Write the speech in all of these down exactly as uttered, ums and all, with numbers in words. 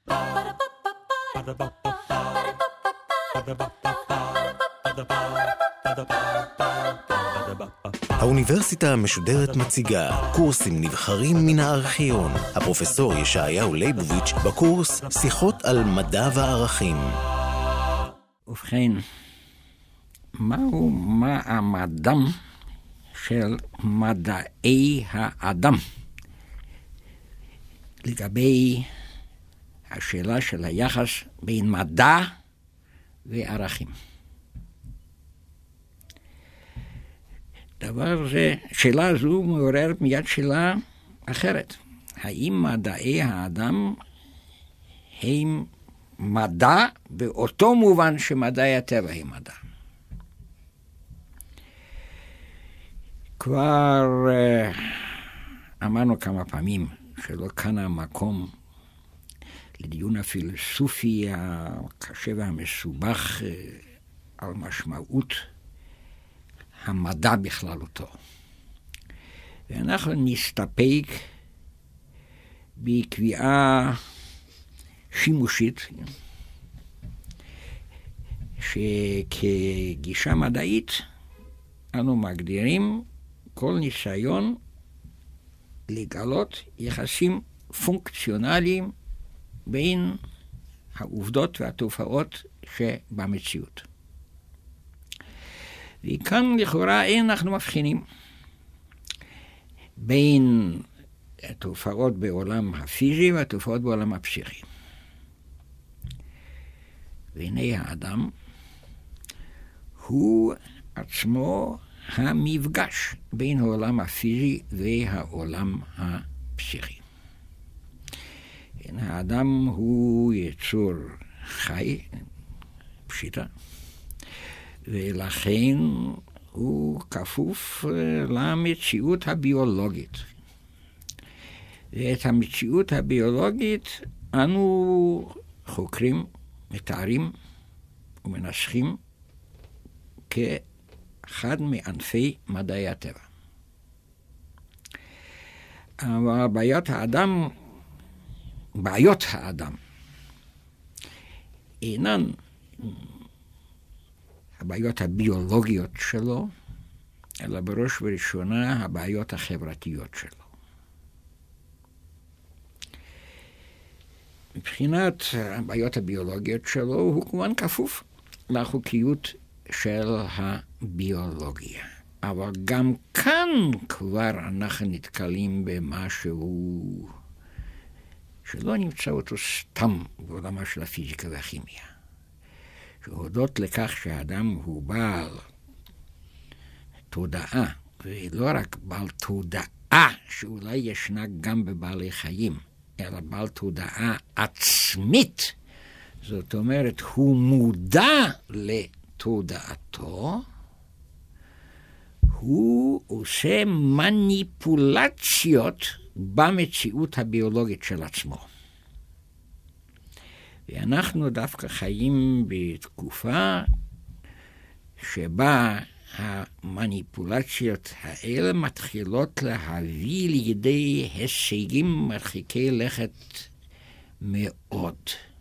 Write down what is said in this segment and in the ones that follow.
האוניברסיטה המשודרת מציגה קורסים נבחרים מן הארכיון. הפרופסור ישעיהו ליבוביץ' בקורס שיחות על מדע וערכים. ובכן, מהו מעמדם של מדעי האדם לגבי השאלה של היחס בין מדע וערכים? דבר זה, שאלה זו מעוררת מיד שאלה אחרת. האם מדעי האדם הם מדע באותו מובן שמדעי הטבע הם מדע? כבר uh, אמרנו כמה פעמים שלא כאן המקום לדיון הפילוסופי הקשה והמסובך uh, על משמעות המדע בכללותו. ואנחנו נסתפק בקביעה שימושית שכגישה מדעית אנו מגדירים כל ניסיון לגלות יחסים פונקציונליים בין העובדות והתופעות שבמציאות. וכאן לכאורה אין אנחנו מבחינים בין התופעות בעולם הפיזי והתופעות בעולם הפסיכי. והנה האדם הוא עצמו המפגש בין העולם הפיזי והעולם הפסיכי. האדם הוא יצור חי, פשיטה, ולכן הוא כפוף למציאות הביולוגית. ואת המציאות הביולוגית אנו חוקרים, מתארים ומנסחים כאחד מענפי מדעי הטבע. אבל בעיות האדם, בעיות האדם, אינן הבעיות הביולוגיות שלו, אלא בראש ובראשונה הבעיות החברתיות שלו. מבחינת הבעיות הביולוגיות שלו, הוא כמובן כפוף לחוקיות של הביולוגיה. אבל גם כאן כבר אנחנו נתקלים במשהו שלא נמצא אותו סתם בעולמה של הפיזיקה והכימיה. שהודות לכך שהאדם הוא בעל תודעה, ולא רק בעל תודעה שאולי ישנה גם בבעלי חיים, אלא בעל תודעה עצמית, זאת אומרת, הוא מודע לתודעתו, הוא עושה מניפולציות במציאות הביולוגית של עצמו. ואנחנו דווקא חיים בתקופה שבה המניפולציות האלה מתחילות להביא לידי הישגים מרחיקי לכת מאוד.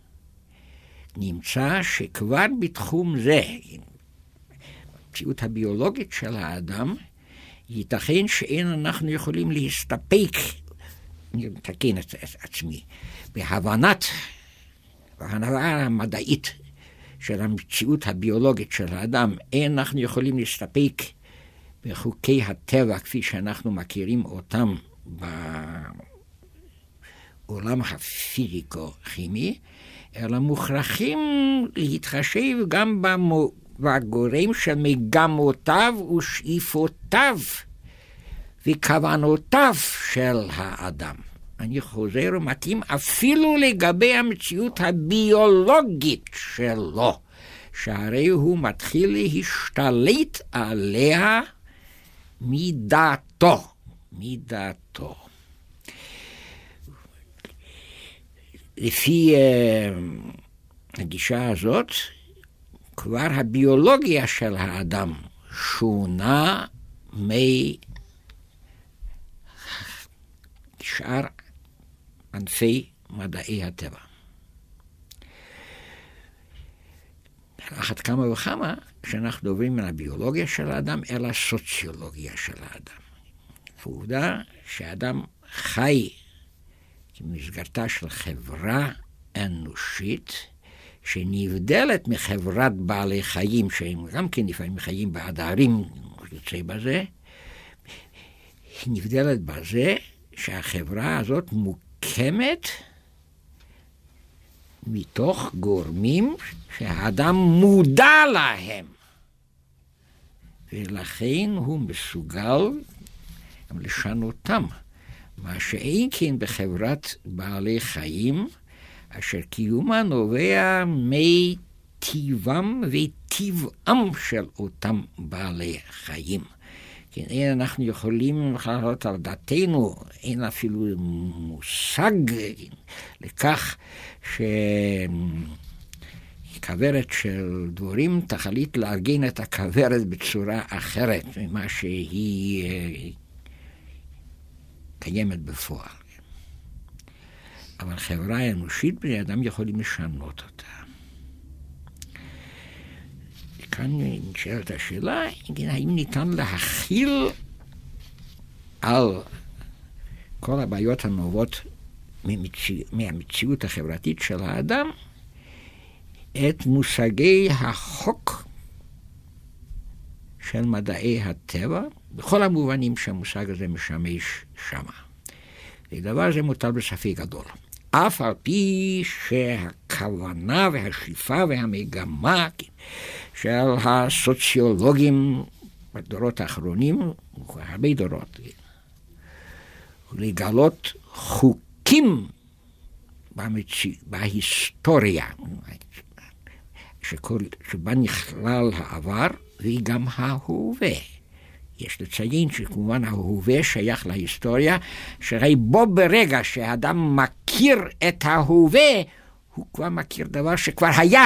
נמצא שכבר בתחום זה, במציאות הביולוגית של האדם, ייתכן שאין אנחנו יכולים להסתפק, אני מתקן את עצמי, בהבנת וההנאה המדעית של המציאות הביולוגית של האדם, אין אנחנו יכולים להסתפק בחוקי הטבע כפי שאנחנו מכירים אותם בעולם הפיזיקו-כימי, אלא מוכרחים להתחשב גם בגורם של מגמותיו ושאיפותיו וכוונותיו של האדם. אני חוזר ומתאים אפילו לגבי המציאות הביולוגית שלו, שהרי הוא מתחיל להשתלט עליה מדעתו, מדעתו. לפי uh, הגישה הזאת, כבר הביולוגיה של האדם שונה משאר ענפי מדעי הטבע. אחת כמה וכמה, כשאנחנו עוברים מן הביולוגיה של האדם אל הסוציולוגיה של האדם. העובדה שהאדם חי במסגרתה של חברה אנושית, שנבדלת מחברת בעלי חיים, שהם גם כן לפעמים חיים בעדרים, יוצא בזה, היא נבדלת בזה שהחברה הזאת מוקמת מתוך גורמים שהאדם מודע להם. ולכן הוא מסוגל לשנותם. מה שאין כן בחברת בעלי חיים, אשר קיומה נובע מטיבם וטבעם של אותם בעלי חיים. כן, אין אנחנו יכולים לעלות על דעתנו, אין אפילו מושג לכך שכוורת של דבורים תחליט לארגן את הכוורת בצורה אחרת ממה שהיא קיימת בפועל. אבל חברה האנושית, בני אדם יכולים לשנות אותה. כאן נשאלת השאלה, האם ניתן להכיל על כל הבעיות הנובעות מהמציאות החברתית של האדם את מושגי החוק של מדעי הטבע, בכל המובנים שהמושג הזה משמש שמה. הדבר הזה מוטל בספק גדול. אף על פי שהכוונה והשאיפה והמגמה של הסוציולוגים בדורות האחרונים, הרבה דורות, לגלות חוקים במציא, בהיסטוריה, שבה נכלל העבר וגם ההווה. יש לציין שכמובן ההווה שייך להיסטוריה, שהרי בו ברגע שהאדם מכיר את ההווה, הוא כבר מכיר דבר שכבר היה.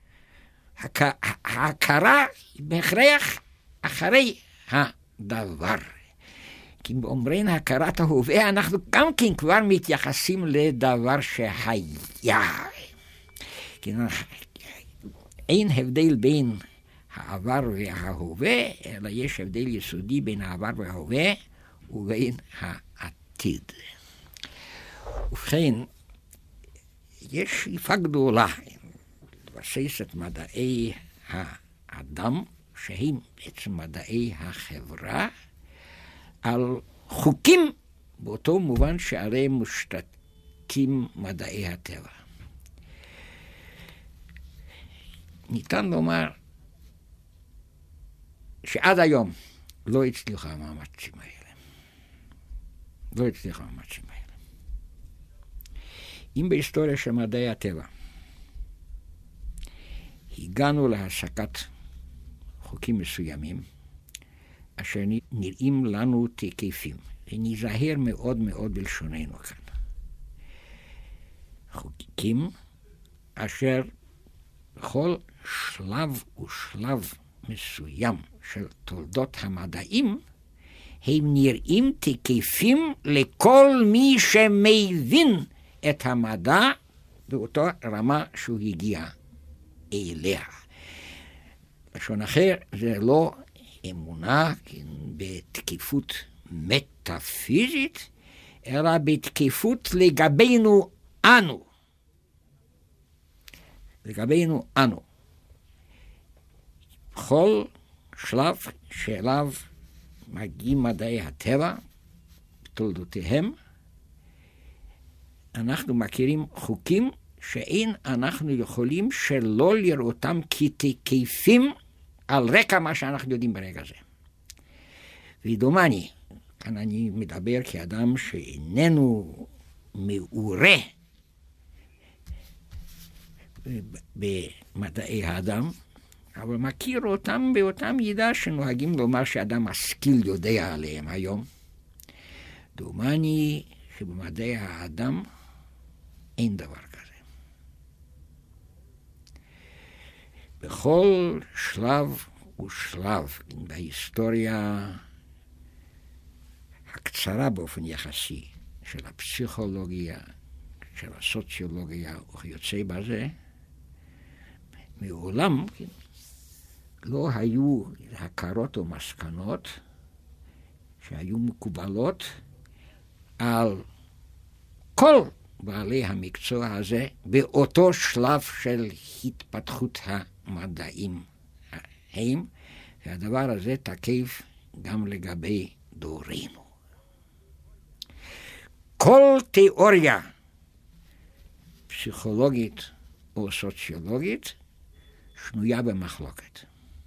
ההכרה בהכרח אחרי הדבר. כי באומרין הכרת ההווה, אנחנו גם כן כבר מתייחסים לדבר שהיה. אין הבדל בין העבר וההווה, אלא יש הבדל יסודי בין העבר וההווה ובין העתיד. ובכן, יש שאיפה גדולה לבסס את מדעי האדם, שהם בעצם מדעי החברה, על חוקים באותו מובן שעליהם מושתתים מדעי הטבע. ניתן לומר שעד היום לא הצליחו המאמצים האלה. לא הצליחו המאמצים האלה. אם בהיסטוריה של מדעי הטבע הגענו להסקת חוקים מסוימים, אשר נראים לנו תקפים, ונזהר מאוד מאוד בלשוננו כאן. חוקים אשר בכל שלב ושלב מסוים של תולדות המדעים, הם נראים תקפים לכל מי שמבין את המדע באותה רמה שהוא הגיע אליה. לשון אחר, זה לא אמונה בתקיפות מטאפיזית, אלא בתקיפות לגבינו אנו. לגבינו אנו. בכל שלב שאליו מגיעים מדעי הטבע, בתולדותיהם, אנחנו מכירים חוקים שאין אנחנו יכולים שלא לראותם כתקפים על רקע מה שאנחנו יודעים ברגע הזה. ודומני, כאן אני מדבר כאדם שאיננו מעורה במדעי האדם, אבל מכיר אותם באותם ידע שנוהגים לומר שאדם משכיל יודע עליהם היום. דומני שבמדעי האדם אין דבר כזה. בכל שלב ושלב בהיסטוריה הקצרה באופן יחסי של הפסיכולוגיה, של הסוציולוגיה וכיוצא בזה, מעולם כן, לא היו הכרות או מסקנות שהיו מקובלות על כל בעלי המקצוע הזה באותו שלב של התפתחות המדעים הם, והדבר הזה תקף גם לגבי דורנו. כל תיאוריה פסיכולוגית או סוציולוגית שנויה במחלוקת.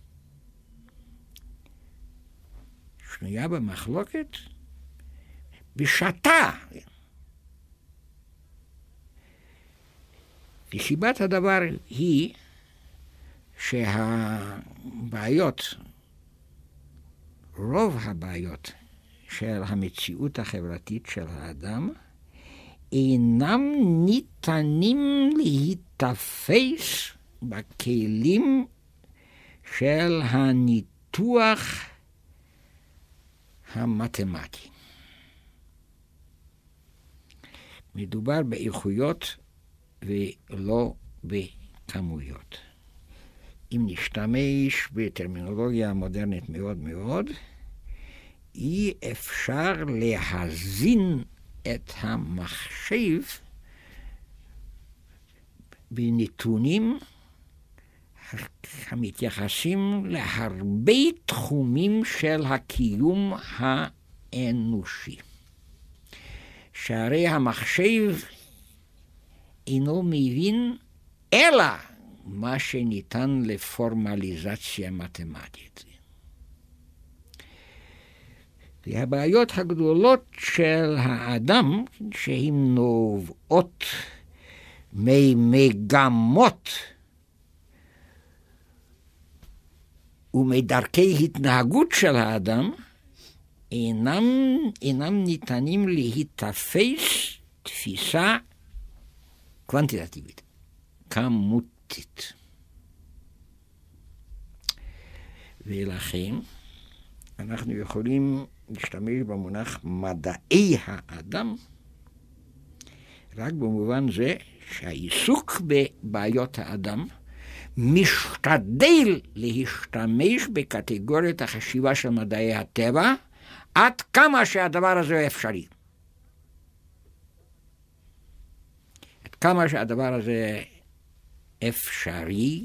שנויה במחלוקת בשעתה. וסיבת הדבר היא שהבעיות, רוב הבעיות של המציאות החברתית של האדם, אינם ניתנים להתאפס בכלים של הניתוח המתמטי. מדובר באיכויות ולא בכמויות. אם נשתמש בטרמינולוגיה מודרנית מאוד מאוד, אי אפשר להזין את המחשב בנתונים המתייחסים להרבה תחומים של הקיום האנושי. שהרי המחשב אינו מבין אלא מה שניתן לפורמליזציה מתמטית. והבעיות הגדולות של האדם, שהן נובעות ממגמות ומדרכי התנהגות של האדם, אינם, אינם ניתנים להתאפס תפיסה קוונטיטטיבית, כמותית. ולכן אנחנו יכולים להשתמש במונח מדעי האדם רק במובן זה שהעיסוק בבעיות האדם משתדל להשתמש בקטגוריית החשיבה של מדעי הטבע עד כמה שהדבר הזה אפשרי. עד כמה שהדבר הזה אפשרי,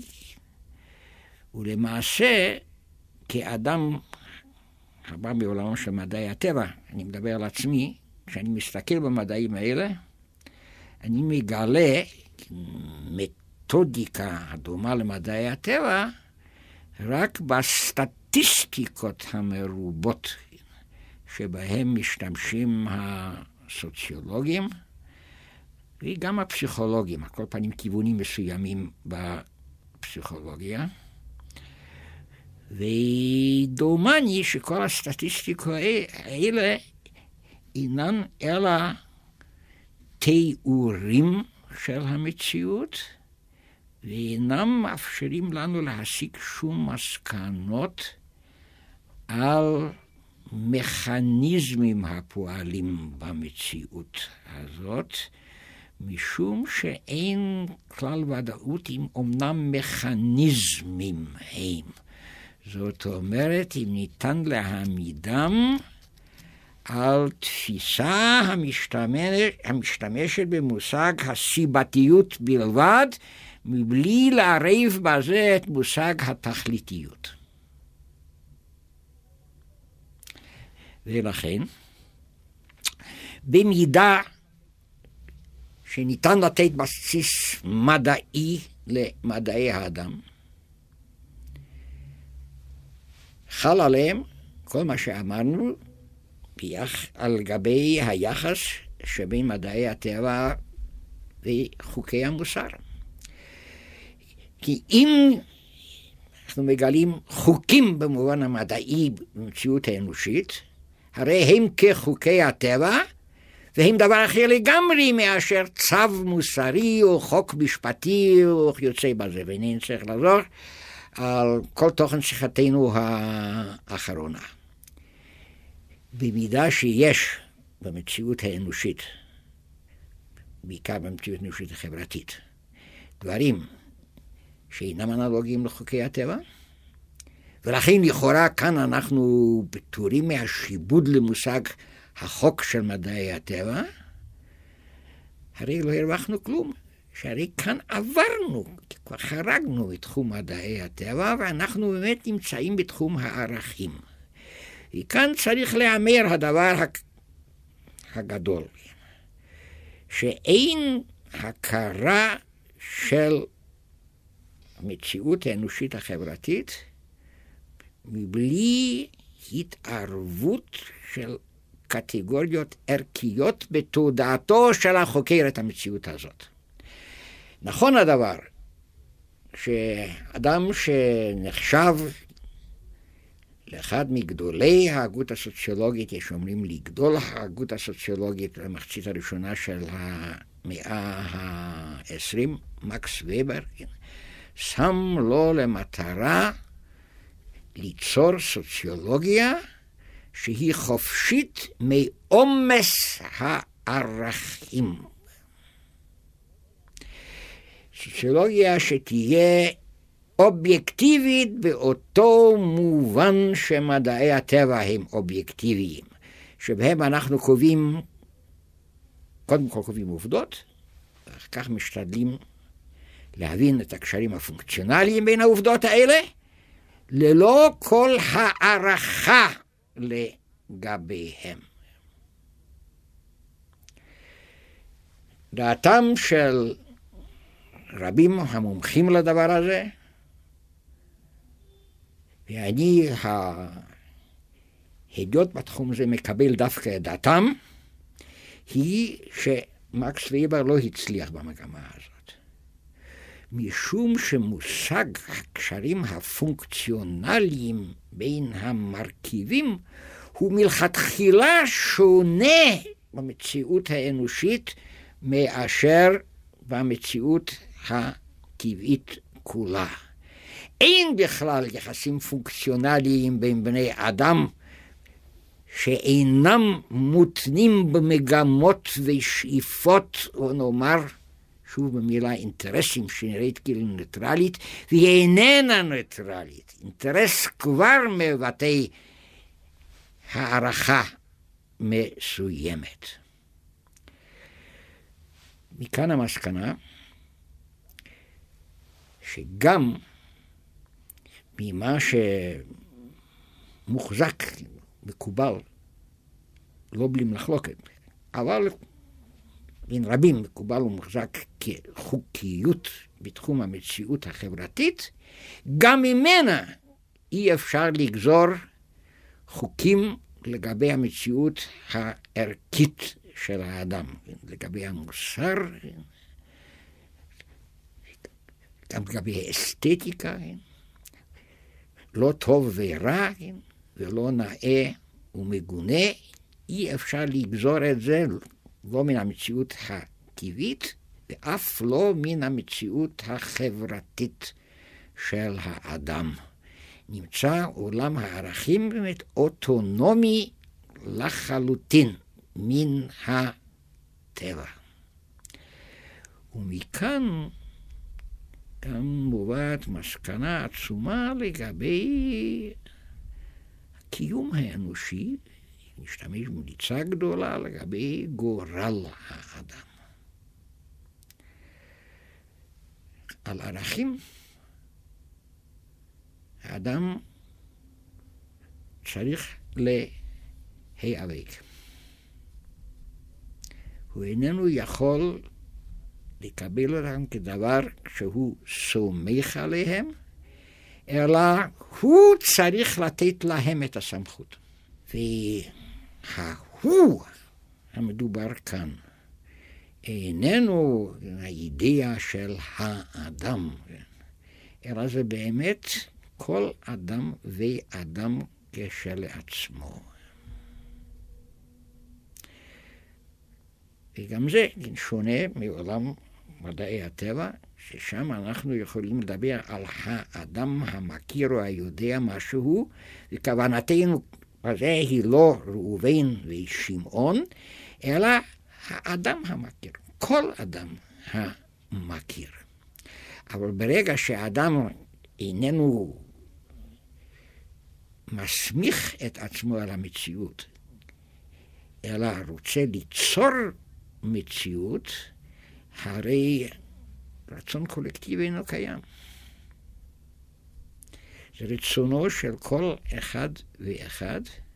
ולמעשה כאדם הבא בעולמם של מדעי הטבע, אני מדבר על עצמי, כשאני מסתכל במדעים האלה, אני מגלה מתודיקה הדומה למדעי הטבע רק בסטטיסטיקות המרובות שבהם משתמשים הסוציולוגים וגם הפסיכולוגים, על כל פנים כיוונים מסוימים בפסיכולוגיה. ודומני שכל הסטטיסטיקות האלה אינן אלא תיאורים של המציאות, ואינם מאפשרים לנו להסיק שום מסקנות על מכניזמים הפועלים במציאות הזאת, משום שאין כלל ודאות אם אומנם מכניזמים הם. זאת אומרת, אם ניתן להעמידם על תפיסה המשתמשת, המשתמשת במושג הסיבתיות בלבד, מבלי לערב בזה את מושג התכליתיות. ולכן, במידה שניתן לתת בסיס מדעי למדעי האדם, חל עליהם כל מה שאמרנו על גבי היחס שבין מדעי הטבע וחוקי המוסר. כי אם אנחנו מגלים חוקים במובן המדעי במציאות האנושית, הרי הם כחוקי הטבע, והם דבר אחר לגמרי מאשר צו מוסרי או חוק משפטי או יוצא בזה, ואני צריך לעזור על כל תוכן שיחתנו האחרונה. במידה שיש במציאות האנושית, בעיקר במציאות האנושית החברתית, דברים שאינם אנלוגיים לחוקי הטבע, ולכן לכאורה כאן אנחנו פטורים מהשיבוד למושג החוק של מדעי הטבע, הרי לא הרווחנו כלום, שהרי כאן עברנו, כבר חרגנו בתחום מדעי הטבע, ואנחנו באמת נמצאים בתחום הערכים. וכאן צריך לאמר הדבר הגדול, שאין הכרה של המציאות האנושית החברתית, מבלי התערבות של קטגוריות ערכיות בתודעתו של החוקר את המציאות הזאת. נכון הדבר שאדם שנחשב לאחד מגדולי ההגות הסוציולוגית, יש אומרים לגדול ההגות הסוציולוגית למחצית הראשונה של המאה ה-עשרים, מקס ובר, שם לו למטרה ליצור סוציולוגיה שהיא חופשית מעומס הערכים. סוציולוגיה שתהיה אובייקטיבית באותו מובן שמדעי הטבע הם אובייקטיביים, שבהם אנחנו קובעים, קודם כל קובעים עובדות, ואחר כך משתדלים להבין את הקשרים הפונקציונליים בין העובדות האלה, ללא כל הערכה לגביהם. דעתם של רבים המומחים לדבר הזה, ואני ההדיוט בתחום הזה מקבל דווקא את דעתם, היא שמקס ובר לא הצליח במגמה הזאת. משום שמושג הקשרים הפונקציונליים בין המרכיבים הוא מלכתחילה שונה במציאות האנושית מאשר במציאות הטבעית כולה. אין בכלל יחסים פונקציונליים בין בני אדם שאינם מותנים במגמות ושאיפות, או נאמר שוב במילה אינטרסים שנראית כאילו ניטרלית, והיא איננה ניטרלית. אינטרס כבר מבטא הערכה מסוימת. מכאן המסקנה שגם ממה שמוחזק, מקובל, לא בלי מחלוקת, אבל בין רבים מקובל ומוחזק כחוקיות בתחום המציאות החברתית, גם ממנה אי אפשר לגזור חוקים לגבי המציאות הערכית של האדם, לגבי המוסר, גם לגבי האסתטיקה, לא טוב ורע, ולא נאה ומגונה, אי אפשר לגזור את זה לא מן המציאות הטבעית, ואף לא מן המציאות החברתית של האדם. נמצא עולם הערכים באמת אוטונומי לחלוטין מן הטבע. ומכאן גם מובאת מסקנה עצומה לגבי הקיום האנושי, נשתמש בניצה גדולה לגבי גורל האדם. על ערכים האדם צריך להיאבק. הוא איננו יכול לקבל אותם כדבר שהוא סומך עליהם, אלא הוא צריך לתת להם את הסמכות. וההוא המדובר כאן איננו האידאה של האדם, אלא זה באמת כל אדם ואדם כשלעצמו. וגם זה שונה מעולם מדעי הטבע, ששם אנחנו יכולים לדבר על האדם המכיר או היודע משהו, וכוונתנו בזה היא לא ראובן ושמעון, אלא האדם המכיר, כל אדם המכיר. אבל ברגע שהאדם איננו מסמיך את עצמו על המציאות, אלא רוצה ליצור מציאות, הרי רצון קולקטיבי אינו קיים. זה רצונו של כל אחד ואחד,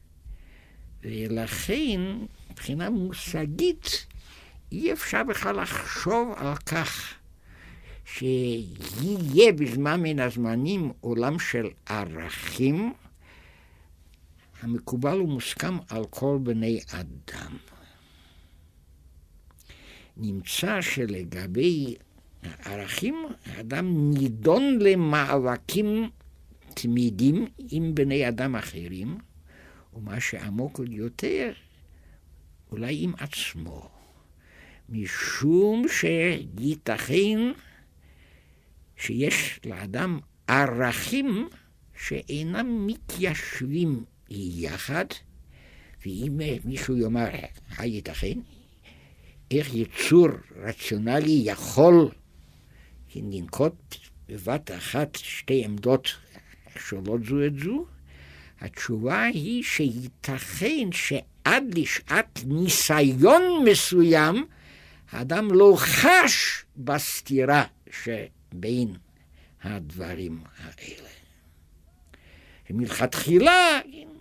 ולכן מבחינה מושגית אי אפשר בכלל לחשוב על כך שיהיה בזמן מן הזמנים עולם של ערכים המקובל ומוסכם על כל בני אדם. נמצא שלגבי הערכים האדם נידון למאבקים תמידים עם בני אדם אחרים, ומה שעמוק עוד יותר, אולי עם עצמו. משום שייתכן שיש לאדם ערכים שאינם מתיישבים יחד, ואם מישהו יאמר, הייתכן, איך יצור רציונלי יכול לנקוט בבת אחת שתי עמדות שונות זו את זו, התשובה היא שייתכן שעד לשעת ניסיון מסוים, האדם לא חש בסתירה שבין הדברים האלה. מלכתחילה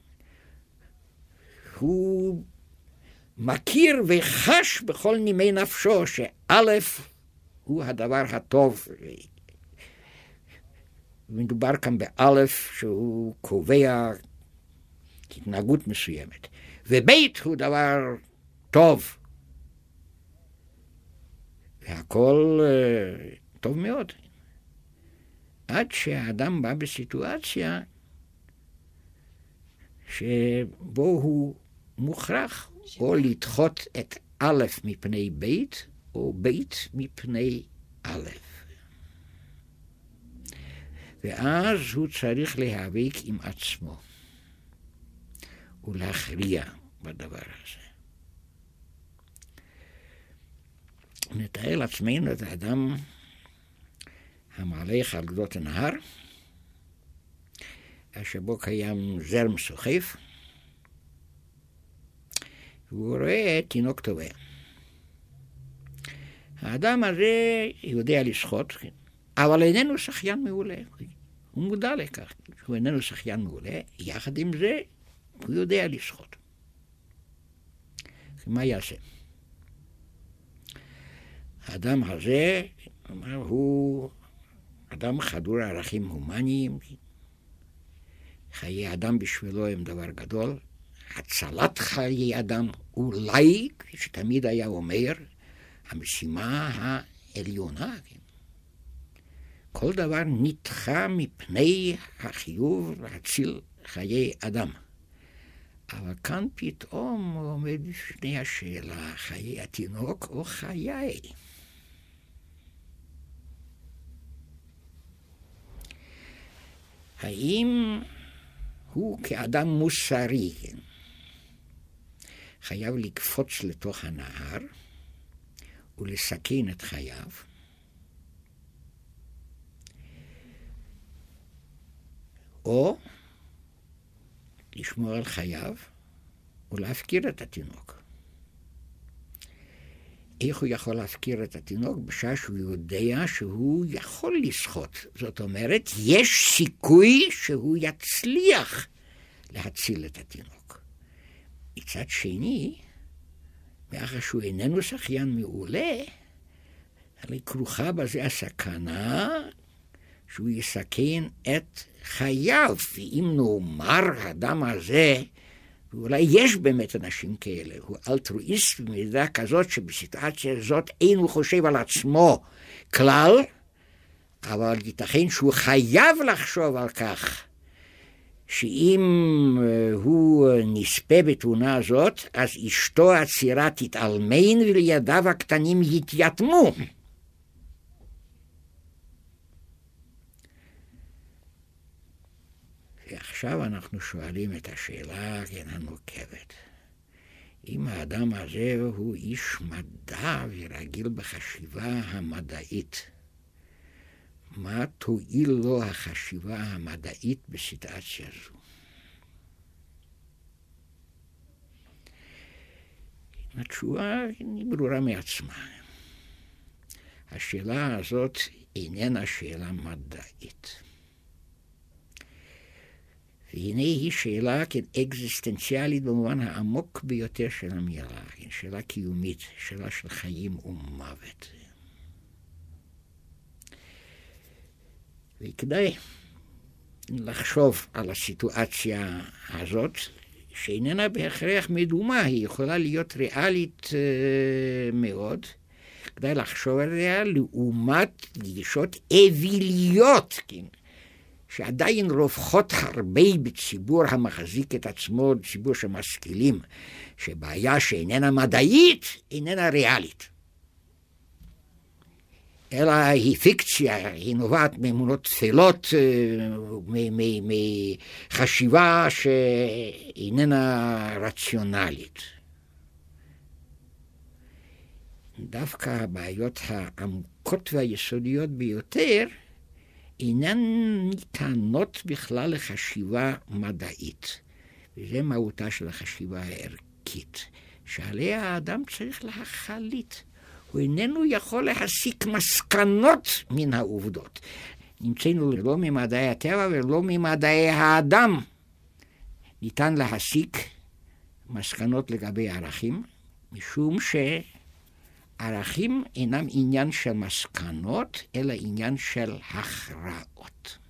הוא מכיר וחש בכל נימי נפשו שא' הוא הדבר הטוב. מדובר כאן באלף שהוא קובע התנהגות מסוימת, ובית הוא דבר טוב, והכל uh, טוב מאוד, עד שהאדם בא בסיטואציה שבו הוא מוכרח או לדחות את א' מפני בית, או בית מפני א'. ואז הוא צריך להיאבק עם עצמו ולהכריע בדבר הזה. נתאר לעצמנו את האדם המהלך על גדות הנהר, שבו קיים זרם סוחף, והוא רואה תינוק טובע. האדם הזה יודע לשחות, אבל איננו שחיין מעולה. הוא מודע לכך שהוא איננו שחיין מעולה, יחד עם זה הוא יודע לשחות. מה יעשה? האדם הזה, הוא אדם חדור ערכים הומניים, חיי אדם בשבילו הם דבר גדול, הצלת חיי אדם אולי, שתמיד היה אומר, המשימה העליונה. כל דבר נדחה מפני החיוב להציל חיי אדם. אבל כאן פתאום עומד בפני השאלה, חיי התינוק או חיי? האם הוא כאדם מוסרי חייב לקפוץ לתוך הנהר ולסכן את חייו, או לשמור על חייו ולהפקיר את התינוק? איך הוא יכול להפקיר את התינוק בשעה שהוא יודע שהוא יכול לשחות? זאת אומרת, יש סיכוי שהוא יצליח להציל את התינוק. מצד שני, מאחר שהוא איננו שחיין מעולה, הרי כרוכה בזה הסכנה שהוא יסכן את חייו. ואם נאמר האדם הזה, ואולי יש באמת אנשים כאלה, הוא אלטרואיסט במידה כזאת שבסיטואציה הזאת אין הוא חושב על עצמו כלל, אבל ייתכן שהוא חייב לחשוב על כך שאם הוא נספה בתאונה הזאת, אז אשתו הצעירה תתעלמן ולידיו הקטנים יתייתמו. ועכשיו אנחנו שואלים את השאלה הנוקבת. אם האדם הזה הוא איש מדע ורגיל בחשיבה המדעית, מה תועיל לו החשיבה המדעית בסיטואציה זו? התשובה היא ברורה מעצמה. השאלה הזאת איננה שאלה מדעית. והנה היא שאלה אקזיסטנציאלית במובן העמוק ביותר של המילה, שאלה קיומית, שאלה של חיים ומוות. וכדאי לחשוב על הסיטואציה הזאת, שאיננה בהכרח מדומה, היא יכולה להיות ריאלית uh, מאוד. כדאי לחשוב עליה לעומת גישות אוויליות, כן? שעדיין רווחות הרבה בציבור המחזיק את עצמו, ציבור שמשכילים, שבעיה שאיננה מדעית, איננה ריאלית. אלא היא פיקציה, היא נובעת מאמונות תפלות, מחשיבה שאיננה רציונלית. דווקא הבעיות העמוקות והיסודיות ביותר, אינן ניתנות בכלל לחשיבה מדעית. וזה מהותה של החשיבה הערכית, שעליה האדם צריך להחליט. הוא איננו יכול להסיק מסקנות מן העובדות. נמצאנו לא ממדעי הטבע ולא ממדעי האדם. ניתן להסיק מסקנות לגבי ערכים, משום שערכים אינם עניין של מסקנות, אלא עניין של הכרעות.